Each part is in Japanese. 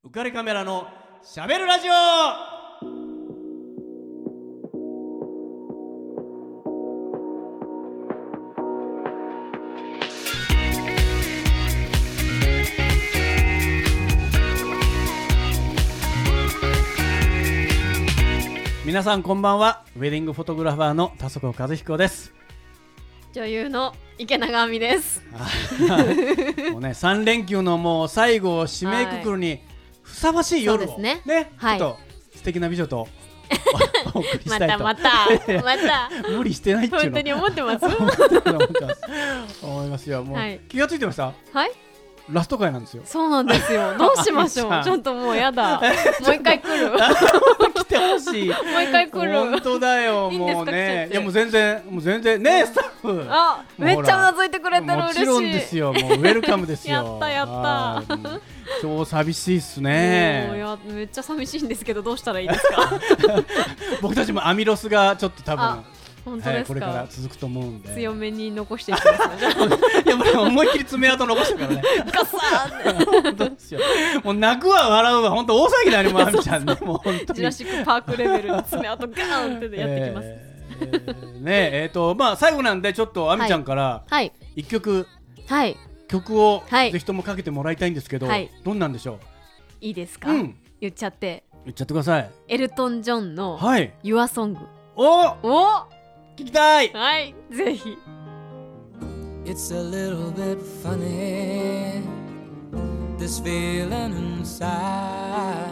浮かれカメラのしゃべるラジオ。皆さんこんばんは。ウェディングフォトグラファーの田底和彦です。 女優の池永亜美です。 もうね、3連休のもう最後を締めくくるにふさわしい夜を、 そうですね、 はい、 ちょっと素敵な美女とお送りしたいとまた無理してないっていうの本当に思ってます思いますよ。もう、 はい、 気がついてました？ はい、 ラスト回なんですよ。 そうなんですよ。どうしましょうちょっともうやだもう一回来る来てほしい。 もう一回来る。 本当だよ。もうね、いやもう全然ね、スタッフめっちゃうなずいてくれてる。嬉しい。 もちろんですよ。もうウェルカムですよやった超寂しいっすね。 めっちゃ寂しいんですけど、どうしたらいいですか僕たちもアミロスがちょっと多分本当ですか、 これから続くと思うんで、 強めに残していきますねいやもう思いっきり爪痕残したからねガサーって本当ですよ。もう泣くわ笑うわ本当大騒ぎになります。亜美ちゃんね、もう本当にジュラシックパークレベルの爪痕ガーンってやってきますね。まあ最後なんでちょっと亜美ちゃんから一曲、曲をぜひともかけてもらいたいんですけど、どんなんでしょう？ いいですか？言っちゃってください。 エルトン・ジョンの Your Song。 お聞きたい。 はい、ぜひ。 It's a little bit funny, this feeling inside.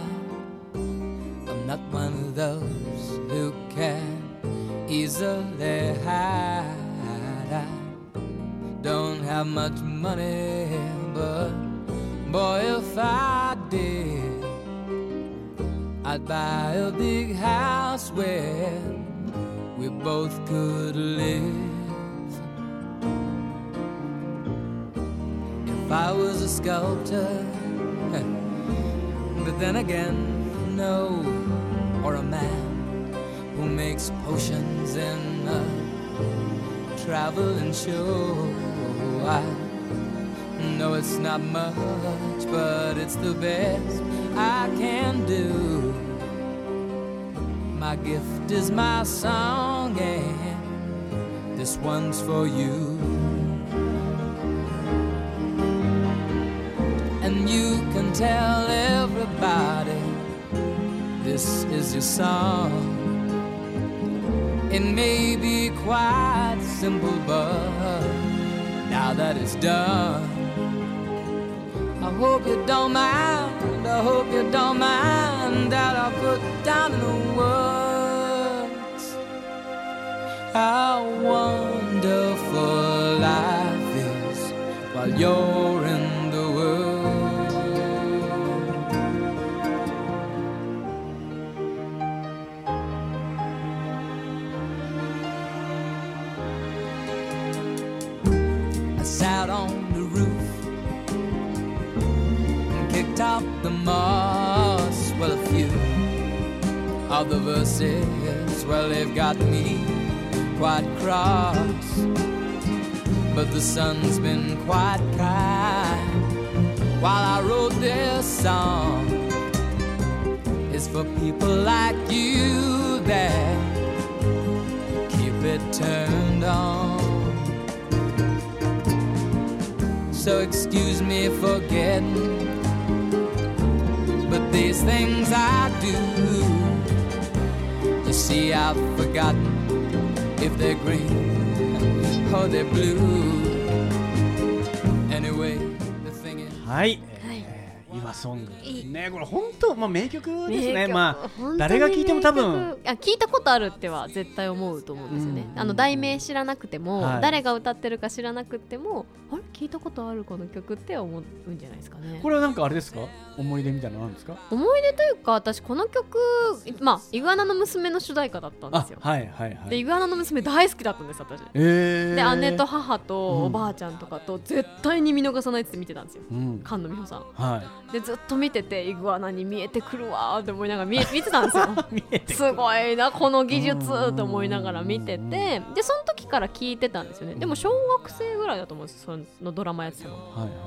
I'm not one of those who can easily hide. I don't have much money, but boy, if I did, I'd buy a big house where we both could live. If I was a sculptor, but then again, no, or a man who makes potions in a traveling show. I know it's not much, but it's the best I can do. My gift is my song, and this one's for you. And you can tell everybody this is your song. It may be quite simple, but now that it's done, I hope you don't mind, I hope you don't mind that I put down in the words how wonderful life is while you're in the world. I sat on the roof and kicked out the moss. Well, a few of the verses, well, they've got me quite cross, but the sun's been quite kind while I wrote this song. It's for people like you that keep it turned on. So excuse me for getting, but these things I do, you see, I've forgotten if they're green or they're blue. Anyway, the thing is, はい、Your Song ね、これ本当名曲ですね。誰が聴いても多分聞いたことあるっては絶対思うと思うんですよね。題名知らなくても、誰が歌ってるか知らなくても、あれ聞いたことあるこの曲って思うんじゃないですかね。 これはなんかあれですか、思い出みたいなのあるんですか？ 思い出というか、私この曲、イグアナの娘の主題歌だったんですよ。でイグアナの娘大好きだったんです私。で姉と母とおばあちゃんとかと絶対に見逃さないって見てたんですよ、菅野美穂さん、でずっと見てて、イグアナに見えてくるわって思いながら見てたんですよすごいなこの技術と思いながら見てて、でその時かから聞いてたんですよね。でも小学生ぐらいだと思うんです、そのドラマやってたの、はいはい、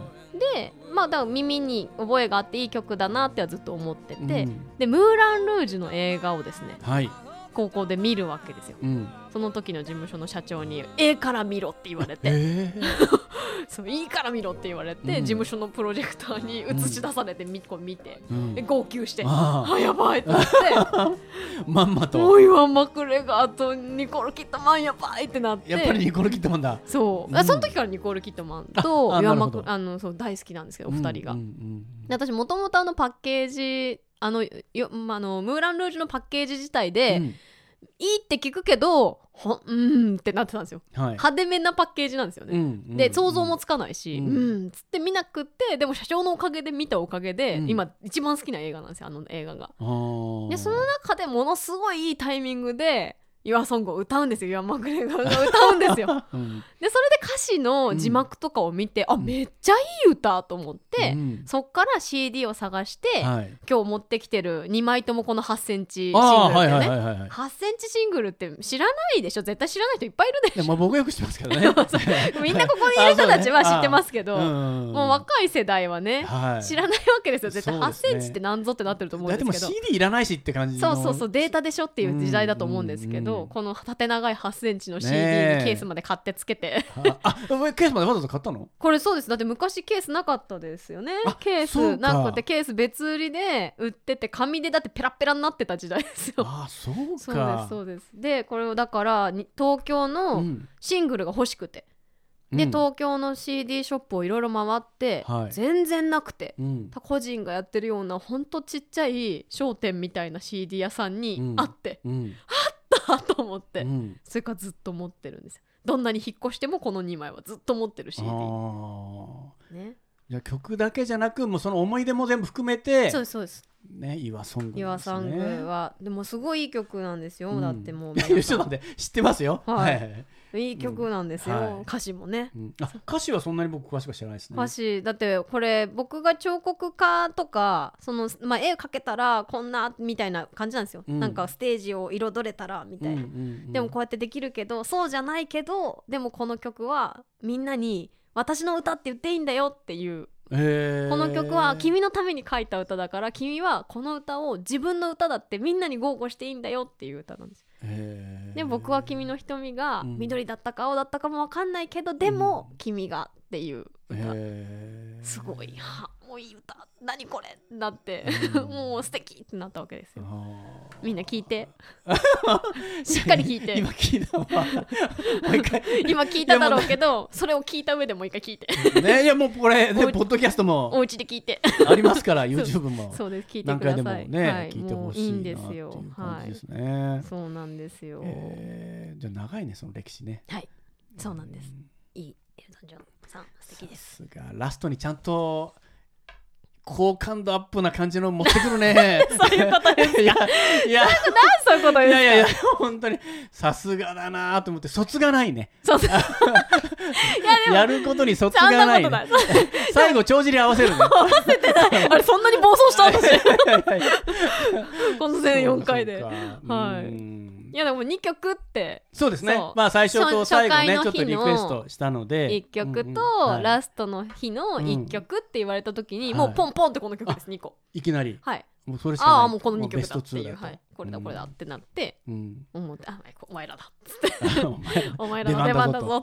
でまあだから耳に覚えがあっていい曲だなってはずっと思ってて、でムーラン・ルージュの映画をですね、はい、高校で見るわけですよ、その時の事務所の社長にから見ろって言われて、そういいから見ろって言われて、事務所のプロジェクターに映し出されて見て、で号泣して、やばいってなってまんまとおいワンマクレガーとニコール・キッドマンやばいってなって、 やっぱりニコール・キッドマンだ。 そう、その時からニコール・キッドマンとそう大好きなんですけど、お二人が、私もともとパッケージムーラン・ルージュのパッケージ自体で、いいって聞くけどってなってたんですよ、はい、派手めなパッケージなんですよね、で想像もつかないし、つって見なくって、でも社長のおかげで見たおかげで、今一番好きな映画なんですよ、あの映画が。でその中でものすごいいいタイミングでYour Songを歌うんですよ、イワン・マクレガーが歌うんですよ、でそれで歌詞の字幕とかを見て、めっちゃいい歌と思って、そっから CD を探して、今日持ってきてる2枚ともこの8センチシングルってね、8センチシングルって知らないでしょ、絶対知らない人いっぱいいるでしょ。 まあ、僕よく知ってますけどねみんなここにいる人たちは知ってますけど、もう若い世代はね、知らないわけですよ、絶対8センチって何ぞってなってると思うんですけど、 でも CD いらないしって感じの、 そうデータでしょっていう時代だと思うんですけど、この縦長い8センチの CD にケースまで買ってつけてケースまでわざわざ買ったの？ これそうです。だって昔ケースなかったですよね。ケースなくて、ケース別売りで売ってて、紙でだってペラペラになってた時代ですよ。 そうか。 そうです。でこれをだから東京のシングルが欲しくて、で東京の CD ショップをいろいろ回って、全然なくて、個人がやってるようなほんとちっちゃい商店みたいな CD 屋さんにあって、あったと思って、それからずっと持ってるんですよ。どんなに引っ越してもこの2枚はずっと持ってる CD、ね、 じゃあ曲だけじゃなく、もうその思い出も全部含めて、 そうですね、Your Song ですね。 Your Song はでもすごいいい曲なんですよ、だってもうちょっと待って、知ってますよ、 いい曲なんですよ、歌詞もね、 歌詞はそんなに僕詳しく知らないですね。 歌詞だってこれ僕が彫刻家とか絵を描けたらこんなみたいな感じなんですよ、なんかステージを彩れたらみたいな、でもこうやってできるけどそうじゃないけど、でもこの曲はみんなに私の歌って言っていいんだよっていう、この曲は君のために書いた歌だから、君はこの歌を自分の歌だってみんなに豪語していいんだよっていう歌なんです。で僕は君の瞳が緑だったか青だったかも分かんないけど、でも君がっていう歌、すごいもういい歌、何これってなって、もう素敵ってなったわけですよ。みんな聞いてしっかり聞いて今聞いたわ今聞いただろうけど、それを聞いた上でもう一回聞いてね、いやもうこれね、ポッドキャストもお家で聞いてありますから、YouTube もそうです、聞いてください。何回でもね、聞いてほしいなっていう感じですね。 そうなんですよ。 じゃあ長いね、その歴史ね。 はい、そうなんです。いいエルトン・ジョンさん素敵です。 さすがラストにちゃんと好感度アップな感じの持ってくるねそういうことですか。いやなんそういうことですか。 いや本当にさすがだなと思って、卒がないね。やることに卒がない、ね、最後帳尻合わせるね。合わせてない。 あれそんなに暴走した私この全4回で。はい。いやでも2曲ってそうですね。まあ最初と最後ねちょっとリクエストしたので 1曲とラストの日の1曲って言われた時にもうポンポンってこの曲です2個いきなり。 はい。 もうそれしかない。 ああもうこの2曲だっていう、はい、これだってなって思って、あお前らだっつってお前らの出番だぞ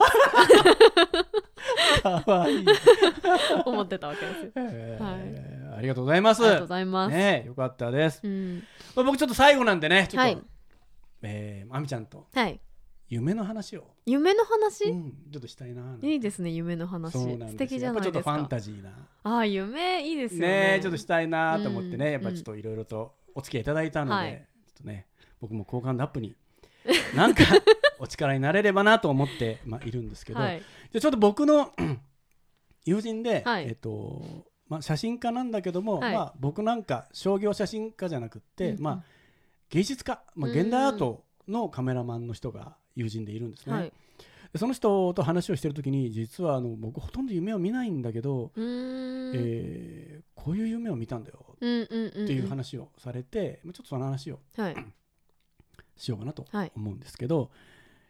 かわいい思ってたわけですよ。 ありがとうございます。 ありがとうございます。 ね、よかったです。僕ちょっと最後なんでね、ちょっとあみちゃんと夢の話をちょっとしたいな。 いいですね、夢の話。素敵じゃないですか。 ちょっとファンタジーな。 夢いいですよね。 ちょっとしたいなと思ってね、やっぱちょっといろいろとお付き合いいただいたので、ちょっとね、僕も好感度アップになんかお力になれればなと思っているんですけど、じゃあちょっと僕の友人で写真家なんだけども、僕なんか商業写真家じゃなくって芸術家、現代アートのカメラマンの人が友人でいるんですね。でその人と話をしてる時に、実は僕ほとんど夢を見ないんだけど、こういう夢を見たんだよっていう話をされて、ちょっとその話をしようかなと思うんですけど、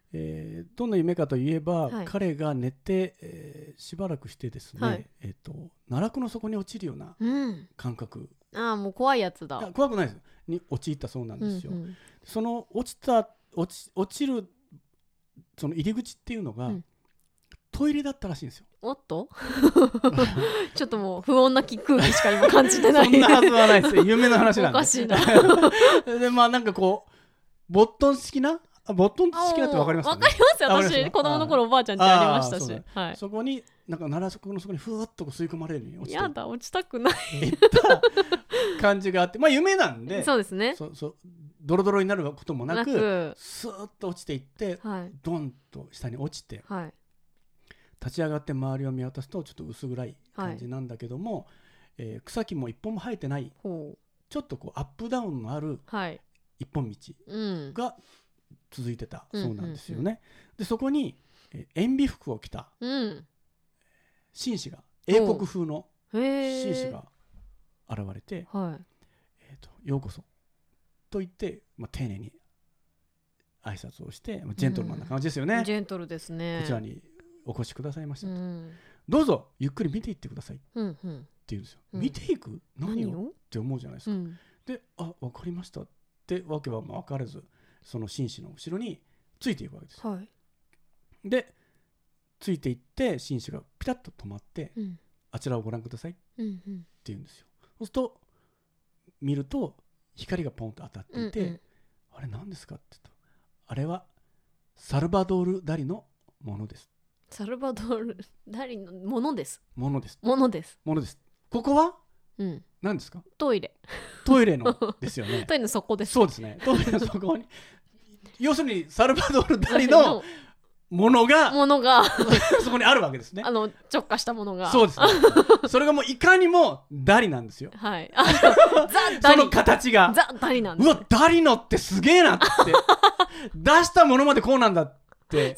どんな夢かといえば、 はい、 彼が寝て、しばらくしてですね、はい、奈落の底に落ちるような感覚、 もう怖いやつだ。 怖くないですに陥ったそうなんですよ、その落ちるその入り口っていうのが、トイレだったらしいんですよ。 おっとちょっともう不穏な空気しか今感じてないそんなはずはないですよ、夢の話なんで。 おかしいなでなんかこうボットン式なって分かりますかね。 分かりますよ。私子供の頃おばあちゃんってありましたし、はい、 そこになんか奈良底の底にふわっと吸い込まれるように落ちてやだ、落ちたくないいった感じがあって、夢なんでそうですね、 ドロドロになることもなくスーッと落ちていって、はい、ドンと下に落ちて、はい、立ち上がって周りを見渡すとちょっと薄暗い感じなんだけども、はい、草木も一本も生えてない、ちょっとこうアップダウンのある一本道が続いてたそうなんですよね。でそこに塩ビ服を着た紳士が、英国風の紳士が現れて、ようこそと言って、丁寧に挨拶をして、ジェントルマンな感じですよね。 ジェントルですね。 こちらにお越しくださいましたと、どうぞゆっくり見ていってくださいって言うんですよ。見ていく何をって思うじゃないですか。で、分かりましたってわけは分からず、その紳士の後ろについていくわけです、はい、でついていって紳士がピタッと止まって、あちらをご覧くださいって言うんですよ。そうすると見ると光がポンと当たっていて、あれ何ですかって言うと、あれはサルバドール・ダリのものです。 サルバドール・ダリのものです。 ものです。ここは何ですか？ トイレのですよね。 トイレの底です。 そうですね。トイレの底に要するにサルバドール・ダリのものがそこにあるわけですね。 直下したものが。 そうですね。それがもういかにもダリなんですよ。 はい。 その形がザ・ダリなんです。 うわ、ダリのってすげえなって出したものまでこうなんだって、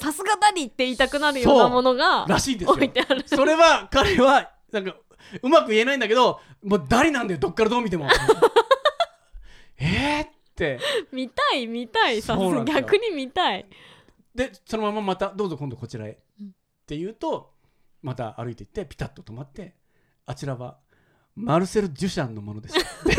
さすがダリって言いたくなるようなものがらしいですよ。 置いてある。 それは彼はなんかうまく言えないんだけど、もうダリなんだよ、どっからどう見てもって見たい、さすが逆に見たい。 でそのまままたどうぞ今度こちらへって言うと、また歩いていってピタッと止まって、あちらはマルセル・デュシャンのものですデ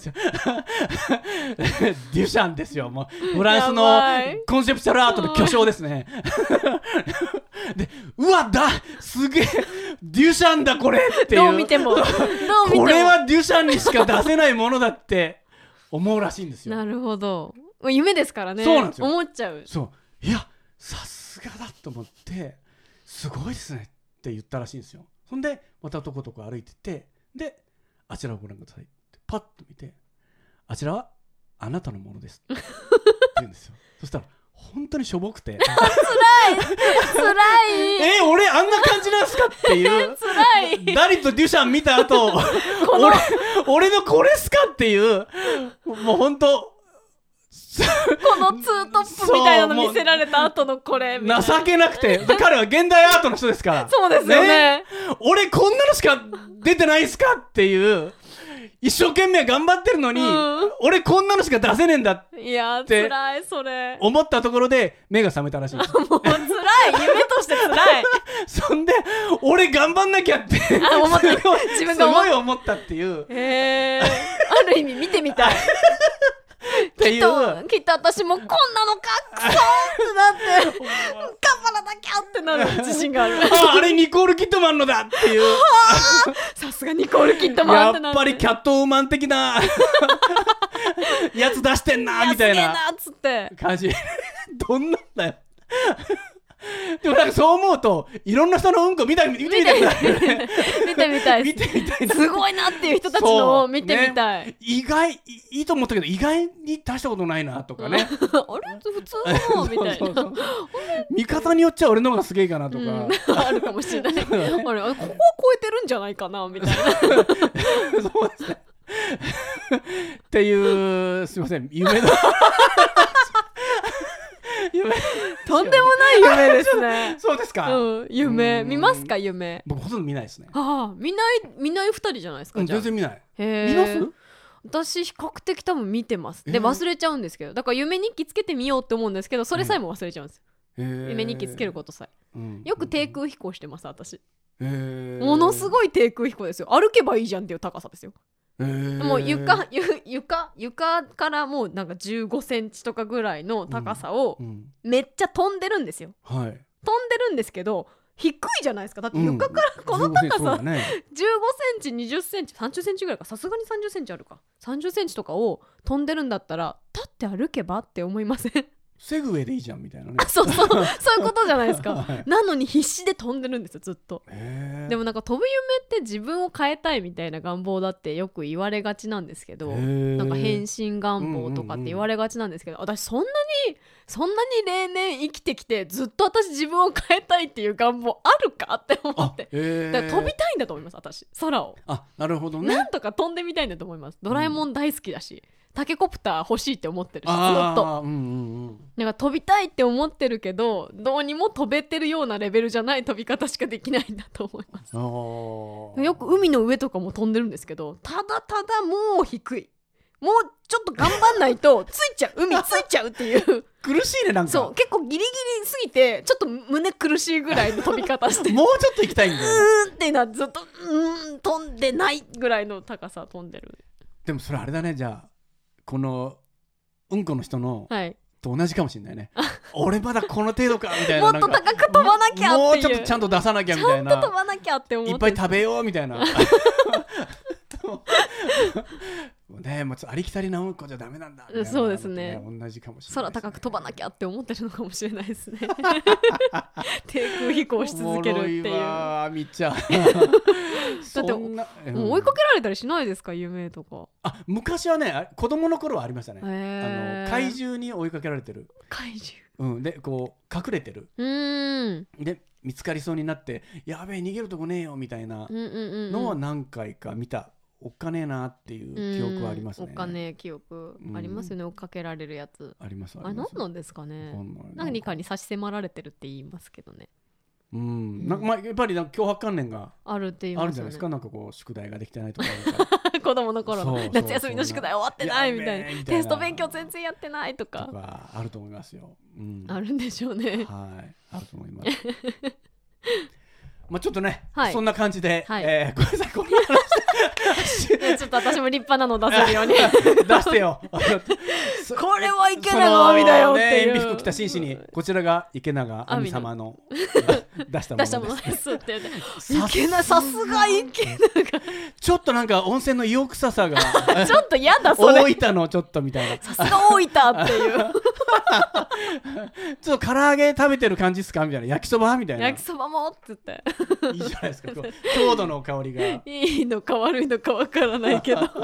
ュシャンですよ。もうフランスのコンセプチュアルアートの巨匠ですねで、うわすげえデュシャンだこれっていう、 どう見てもこれはデュシャンにしか出せないものだって思うらしいんですよ。 なるほど、夢ですからね。 そうなんですよ。 思っちゃう。 そう、いやさすがだと思って、すごいですねって言ったらしいんですよ。そんでまたとことこ歩いてって、であちらをご覧くださいってパッと見て、あちらはあなたのものですって言うんですよ。そしたら本当にしょぼくてつらい俺あんな感じなんすかっていう辛いダリとデュシャン見た後俺のこれっすかっていう、もう本当このツートップみたいなの見せられた後のこれ情けなくて彼は現代アートの人ですからそうですよ ね。 俺こんなのしか出てないんすかっていう、一生懸命頑張ってるのに、俺こんなのしか出せねえんだっていや辛いそれ思ったところで目が覚めたらしいんです。 もう辛い、夢として辛いそんで俺頑張んなきゃって思った自分がすごい思ったっていう、 ある意味見てみたいっていう、 きっと私もこんなのかクソってなって頑張らなきゃってなる自信があるあれニコール・キッドマンのだっていうさすがニコール・キッドマンってなって、 やっぱりキャットウーマン的なやつ出してんなみたいな感じどんなんだよでもなんかそう思うと、いろんな人のうんこ見てみたい見てみたいすごいなっていう人たちのを見てみたい、 意外いいと思ったけど意外に出したことないなとかねあれ普通のみたいな見方によっちゃ俺の方がすげえかなとか、 あるかもしれないあれここは超えてるんじゃないかなみたいなそうですねっていう、すいません、夢のとんでもない夢ですねそうですか、 夢見ますか？夢僕ほとんど見ないですね。 見ない2人じゃないですか？ 全然見ない。 見ます？私比較的多分見てます。で忘れちゃうんですけど、だから夢日記つけてみようって思うんですけど、それさえも忘れちゃうんです。 目日記つけることさえ、よく低空飛行してます私。ものすごい低空飛行ですよ。歩けばいいじゃんっていう高さですよ。もう床からもうなんか15センチとかぐらいの高さをめっちゃ飛んでるんですよ、飛んでるんですけど低いじゃないですか。だって床からこの高さ、15センチ20センチ30センチぐらいか、さすがに30センチあるか、30センチとかを飛んでるんだったら立って歩けばって思いません？ セグウェイでいいじゃんみたいなね。 そういうことじゃないですか、なのに必死で飛んでるんですよずっと。でもなんか飛ぶ夢って自分を変えたいみたいな願望だってよく言われがちなんですけど、なんか変身願望とかって言われがちなんですけど、私そんなに例年生きてきてずっと私自分を変えたいっていう願望あるかって思って、だから飛びたいんだと思います私、空を。なるほどね。なんとか飛んでみたいんだと思います。ドラえもん大好きだし、タケコプター欲しいって思ってるし、ずっと、なんか飛びたいって思ってるけどどうにも飛べてるようなレベルじゃない飛び方しかできないんだと思います。よく海の上とかも飛んでるんですけど、ただもう低い、もうちょっと頑張んないと海ついちゃうっていう苦しいね。なんかそう結構ギリギリすぎてちょっと胸苦しいぐらいの飛び方してもうちょっと行きたいんだよってな、ずっと飛んでないぐらいの高さ飛んでる。 でもそれあれだね、じゃあこのうんこの人の、と同じかもしれないね。俺まだこの程度かみたいな、 もっと高く飛ばなきゃっていう、 もうちょっとちゃんと出さなきゃみたいな、 ちゃんと飛ばなきゃって思って、 いっぱい食べようみたいなね、もうありきたりなうんこじゃダメなんだみたいな、 そうですね、 同じかもしれない、 空高く飛ばなきゃって思ってるのかもしれないですね低空飛行し続けるっていう。おもろいわみっちゃんだってもう追いかけられたりしないですか、夢とか。 昔はね、子供の頃はありましたね。怪獣に追いかけられてる、 怪獣、 でこう隠れてる、で見つかりそうになってやべえ逃げるとこねえよみたいなのは何回か見た。おっかねえなっていう記憶はありますね。 おっかねえ記憶ありますよね、追っかけられるやつ。 あります。 何なんですかね。何かに差し迫られてるって言いますけどね。やっぱり脅迫観念があるって言いますよね。あるじゃないですか。なんかこう宿題ができてないとか子供の頃の夏休みの宿題終わってないみたいな、テスト勉強全然やってないとかあると思いますよ。 あるんでしょうね。 あると思いますちょっとね、そんな感じで、ごめんなさい、この話ちょっと私も立派なの出せるように出してよこれは池永亜美だよっていう、 塩ビ服着た紳士にこちらが池永亜美様の出したものですって池永、さすが池永ちょっとなんか温泉の硫黄臭さがちょっとやだそれ、 大分のちょっとみたいな、 さすが大分っていうちょっと唐揚げ食べてる感じですかみたいな、焼きそばみたいな、 焼きそばもって言っていいじゃないですか、郷土の香りがいいのか悪いのかわからないけどちょ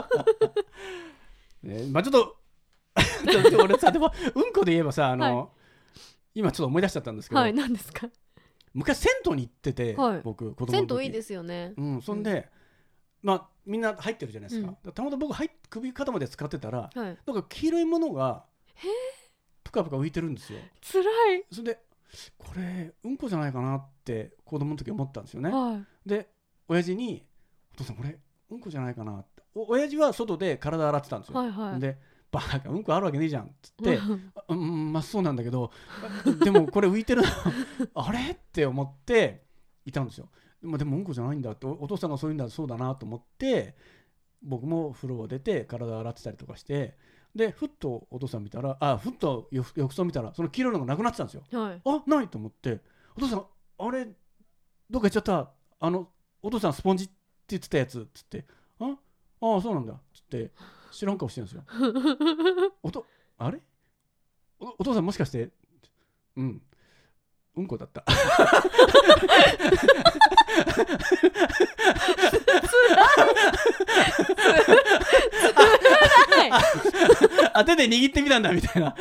っと俺さ、でもうんこで言えばさ、今ちょっと思い出しちゃったんですけど、 何ですか。 昔銭湯に行ってて、僕子供の時銭湯いいですよね。 そんでみんな入ってるじゃないですか。たまたま僕首肩まで使ってたら、なんか黄色いものがぷかぷか浮いてるんですよ。 つらい。 それでこれうんこじゃないかなって子供の時思ったんですよね。で親父にお父さんこれうんこじゃないかなって、親父は外で体洗ってたんですよ。でバカうんこあるわけねえじゃんっつってそうなんだけどでもこれ浮いてるあれって思っていたんですよ。でもうんこじゃないんだって、お父さんがそういうんだそうだなと思って、僕も風呂を出て体洗ってたりとかして、でふっとお父さん見たら、ふっと浴槽見たらその黄色いのがなくなってたんですよ。ないと思って、お父さんあれどっか行っちゃった、お父さんスポンジって言ってたやつっつって、そうなんだっつって知らん顔してるんですよあれ お父さんもしかしてうんこだった手で握ってみたんだみたいな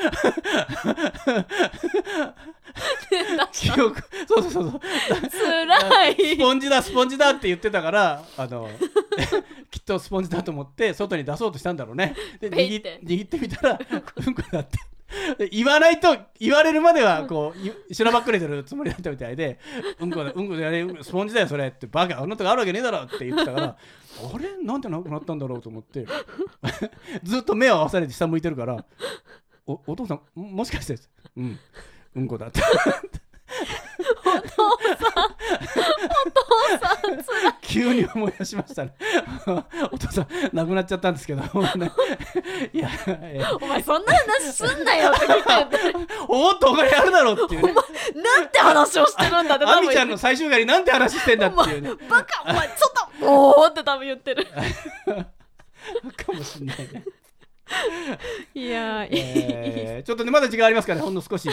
記憶、そうつらいスポンジだって言ってたからきっとスポンジだと思って外に出そうとしたんだろうね。で握ってみたらうんこだって言われるまではこうしらばっくれてるつもりだったみたいで、うんこじゃねえスポンジだよそれって、バカあんなとこあるわけねえだろって言ってたから、あれなんでなくなったんだろうと思ってずっと目を合わされて下向いてるから、お父さんもしかしてうんこだったお父さんつらい急に思い出しましたねお父さん亡くなっちゃったんですけどね、いや、 お前そんな話すんなよって聞いておっと他にあるだろうっていうね、 お前なんて話をしてるんだってアミちゃんの最終回になんて話してんだっていうね、 バカお前ちょっとおーって多分言ってるかもしんないねいやちょっとねまだ時間ありますからね、ほんの少し、 はい、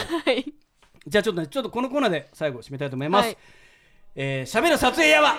じゃあちょっとこのコーナーで最後締めたいと思います。喋る撮影やわ。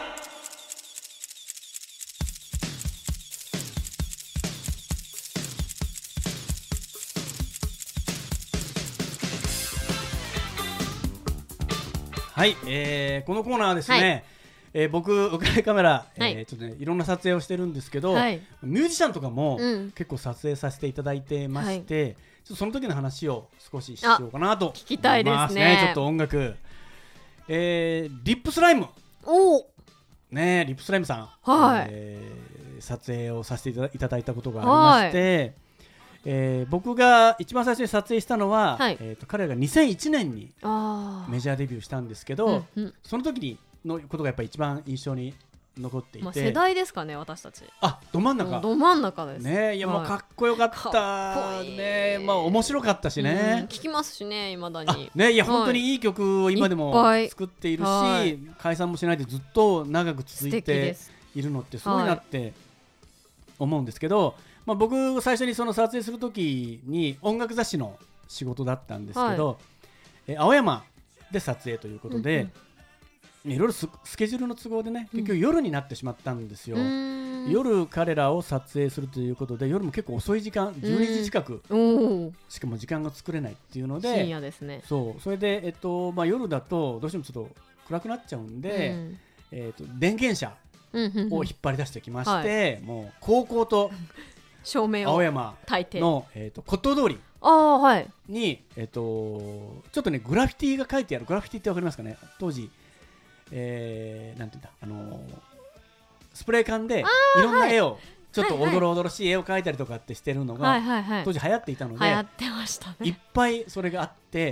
はい、このコーナーはですね、僕ウクレレカメラ、ちょっとねいろんな撮影をしてるんですけど、ミュージシャンとかも結構撮影させていただいてまして、ちょっとその時の話を少ししようかなと聞きたいですね。 ちょっと音楽、リップスライム、ね、リップスライムさん、撮影をさせていただいたことがありまして、僕が一番最初に撮影したのは、彼らが2001年にメジャーデビューしたんですけど、その時のことがやっぱり一番印象に残っていて、 世代ですかね、私たち。 ど真ん中ですね。いや、もうかっこよかったね。面白かったしね、 聞きますしね、未だにね。いや本当にいい曲を今でも作っているし、解散もしないでずっと長く続いているのってすごいなって思うんですけど、僕最初にその撮影する時に音楽雑誌の仕事だったんですけど、青山で撮影ということで、いろいろスケジュールの都合でね、結局夜になってしまったんですよ。夜彼らを撮影するということで、夜も結構遅い時間、12時近くしかも時間が作れないっていうので、 深夜ですね。 それで、夜だとどうしてもちょっと暗くなっちゃうんで、電源車を引っ張り出してきまして、もう高校と照明を青山の、骨董通りに、ちょっとねグラフィティが書いてある。グラフィティってわかりますかね。当時なんていうんだ、スプレー缶でいろんな絵を、ちょっとおどろおどろしい絵を描いたりとかってしてるのが当時流行っていたので、 流行ってましたね。 いっぱいそれがあって、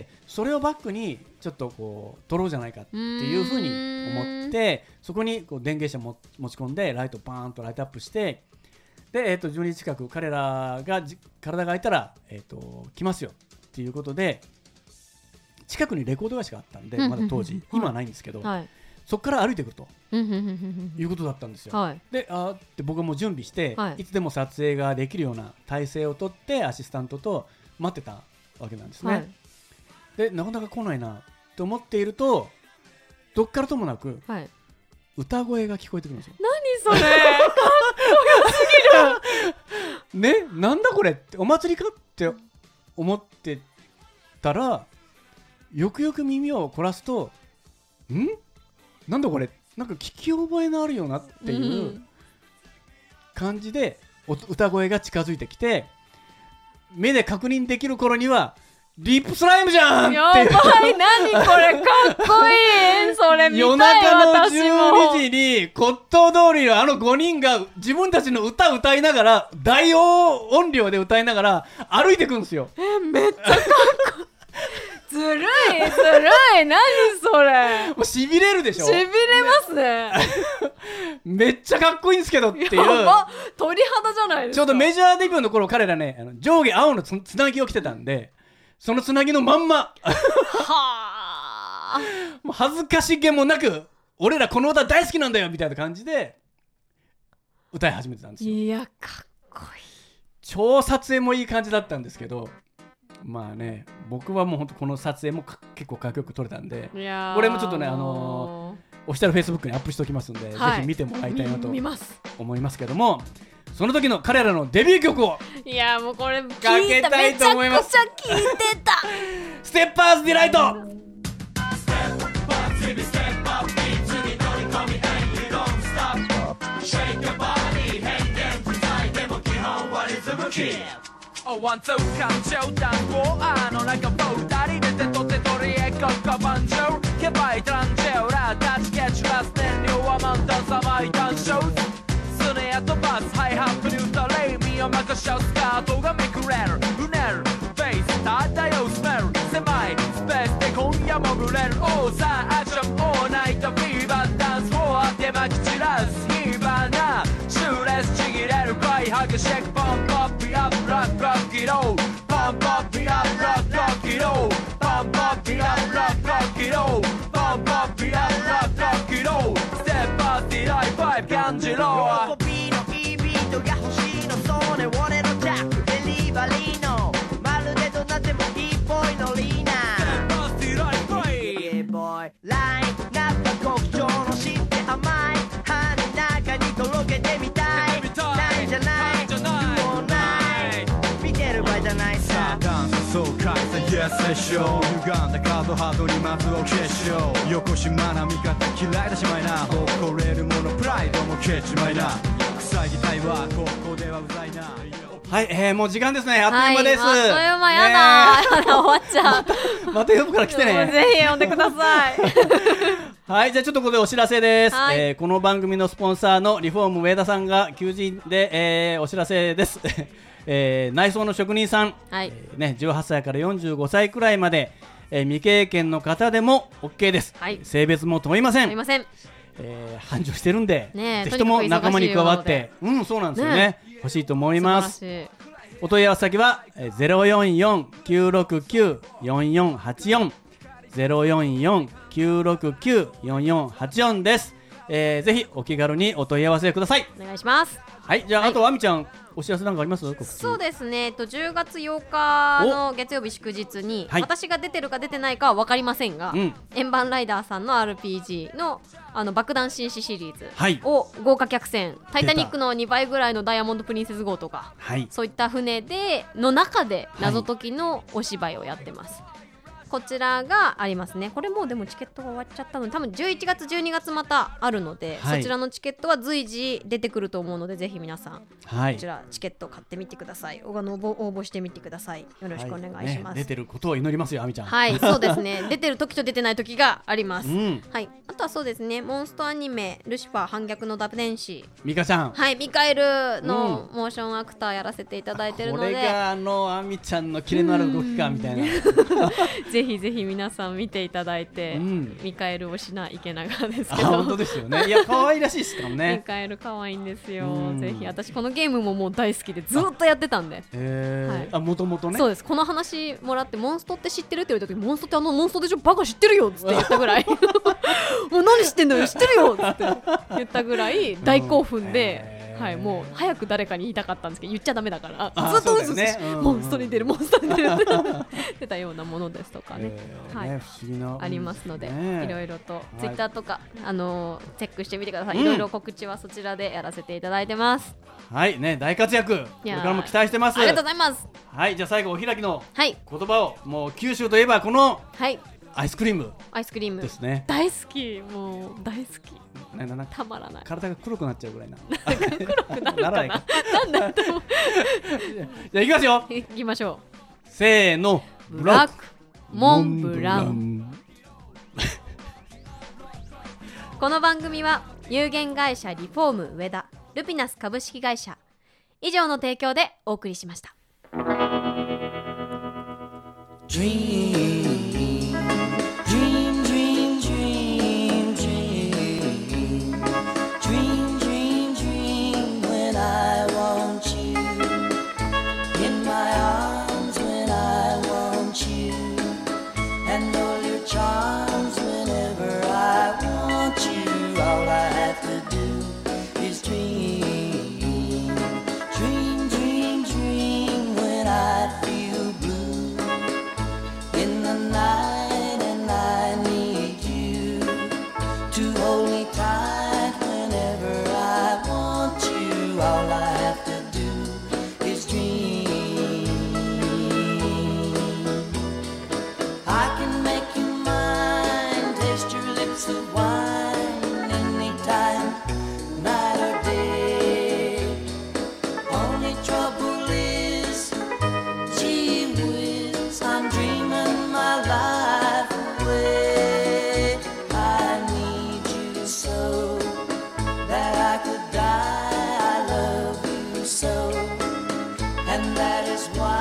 それをバックにちょっとこう撮ろうじゃないかっていうふうに思って、そこにこう電源車持ち込んでライトバーンとライトアップして、で、12時近く彼らが体が空いたら、来ますよっていうことで、近くにレコード会社があったんで、まだ当時、今はないんですけど、そこから歩いてくるということだったんですよ。で、僕はもう準備して、いつでも撮影ができるような体勢をとってアシスタントと待ってたわけなんですね。で、なかなか来ないなと思っていると、どっからともなく、歌声が聞こえてくるんですよ。 何それかっこよすぎるね、なんだこれって、お祭りかって思ってたら、よくよく耳を凝らすと、なんだこれ、なんか聞き覚えのあるようなっていう感じで歌声が近づいてきて、目で確認できる頃にはリップスライムじゃんっていう。 やばい、何これかっこいい。それ見たい。 夜中の12時に骨董通りの5人が自分たちの歌歌いながら、大音量で歌いながら歩いてくんですよ。 めっちゃかっこいい。ずるい何それ。 もうしびれるでしょ。 しびれますね。 めっちゃかっこいいんですけどっていう。鳥肌じゃないですか。 ちょうどメジャーデビューの頃、彼らね、上下青のつなぎを着てたんで、そのつなぎのまんまもう恥ずかしげもなく、俺らこの歌大好きなんだよみたいな感じで歌い始めてたんですよ。いや、 かっこいい。 超撮影もいい感じだったんですけど、まあね、僕はもう本当この撮影も結構かっこよく撮れたんで、これもちょっとね、オフィシャルフェイスブックにアップしておきますんで、ぜひ見てもらいたいなと思いますけども、その時の彼らのデビュー曲を、 いやもうこれかけたいと思います。 めちゃくちゃ聴いてた。 ステッパーズディライト。 ワンツー感情単語中を二人で手と手取りへここ万丈ケバイトランジェオラタチケチュラス燃料は満タンサマイタンショースネアとバスハイハップに歌れ身を任しちゃうスカートがめくれるうねるベース漂うスメル狭いスペースでめる王さアクションオーナイトフィーバーダンスフォアでまき散らす火花シューレスちぎれるバイハグシェイクポンポッピアップロックロッキローポンポッピアップロックロッキローポンポッピアップロックロッキローポンポッピアップロックロッキローステップアーティライファイブ感じろポピーのいいビートが欲しいのそうね俺のジャックデリバリーのまるでどなってもいいっぽいのリーナステップアーティライファイブ Yeah boy ラインナッパ極上の知って甘い歯の中にとろけてみたいないじゃないもうない見てる場合じゃないさダンスそうかいさ Yes でしょ歪んだカードハードにまずお化粧横島な味方嫌いだしまいな誇れるものプライドも消えちまいな臭い擬態はここではうざいなはい、もう時間ですね。あっという間です。 あっという間やだ、終わっちゃう。 また呼ぶから来てね。 ぜひ呼んでください。 はい、じゃあちょっとここでお知らせです。 はい、 この番組のスポンサーのリフォーム上田さんが求人で、お知らせです。内装の職人さん、 はい 18歳から45歳くらいまで、未経験の方でも OK です。 はい、 性別も問いません。 問いません。 繁盛してるんで、 ね、 ぜひとも仲間に加わって、そうなんですよね。欲しいと思います。お問い合わせ先は 044-969-4484 044-969-4484 です。ぜひお気軽にお問い合わせください。 お願いします。 はい、じゃあ、あとあみちゃんお知らせなんかあります？告知。 そうですね、10月8日の月曜日祝日に、私が出てるか出てないかは分かりませんが、円盤ライダーさんの RPG の爆弾紳士シリーズを豪華客船、タイタニックの2倍ぐらいのダイヤモンドプリンセス号とか、そういった船の中で謎解きのお芝居をやってます。こちらがありますね。これもうでもチケットが終わっちゃったので多分11月12月またあるので、そちらのチケットは随時出てくると思うので、ぜひ皆さん、こちらチケット買ってみてください。応募してみてください。よろしくお願いします。 出てることを祈りますよ、あみちゃん。 はい、そうですね。出てる時と出てない時があります。はい、あとはそうですね、モンストアニメルシファー反逆のダブ天使ミカちゃん、 はい、ミカエルのモーションアクターやらせていただいてるので、 これがあみちゃんのキレのある動きかみたいな。 ぜひぜひ皆さん見ていただいて、ミカエルをしな池永ですけど、 本当ですよね。いや可愛らしいですからね。 ミカエル可愛いんですよ。ぜひ私このゲームももう大好きでずっとやってたんで。もともとね。そうです。この話もらってモンストって知ってるって言われた時、モンストってモンストでしょ、バカ知ってるよっつって言ったぐらい。もう何知ってんのよ、知ってるよっつって言ったぐらい大興奮で。はい、もう早く誰かに言いたかったんですけど言っちゃダメだからずっと嘘です、モンストに出るモンストに出る出たようなものですとかね、はい、不思議なありますので、いろいろとツイッターとか、チェックしてみてください。いろいろ告知はそちらでやらせていただいてます。 はいね、大活躍、これからも期待してます。 ありがとうございます。 はい、じゃあ最後お開きの言葉を、もう九州といえばこのアイスクリームですね。 大好き、もう大好き、たまらない。 体が黒くなっちゃうぐらいな。 黒くなるかな。なんだと思う。 じゃあ行きますよ。 行きましょう。 せーの、 ブラックモンブラン。この番組は有限会社リフォーム上田、ルピナス株式会社以上の提供でお送りしました。 And that is why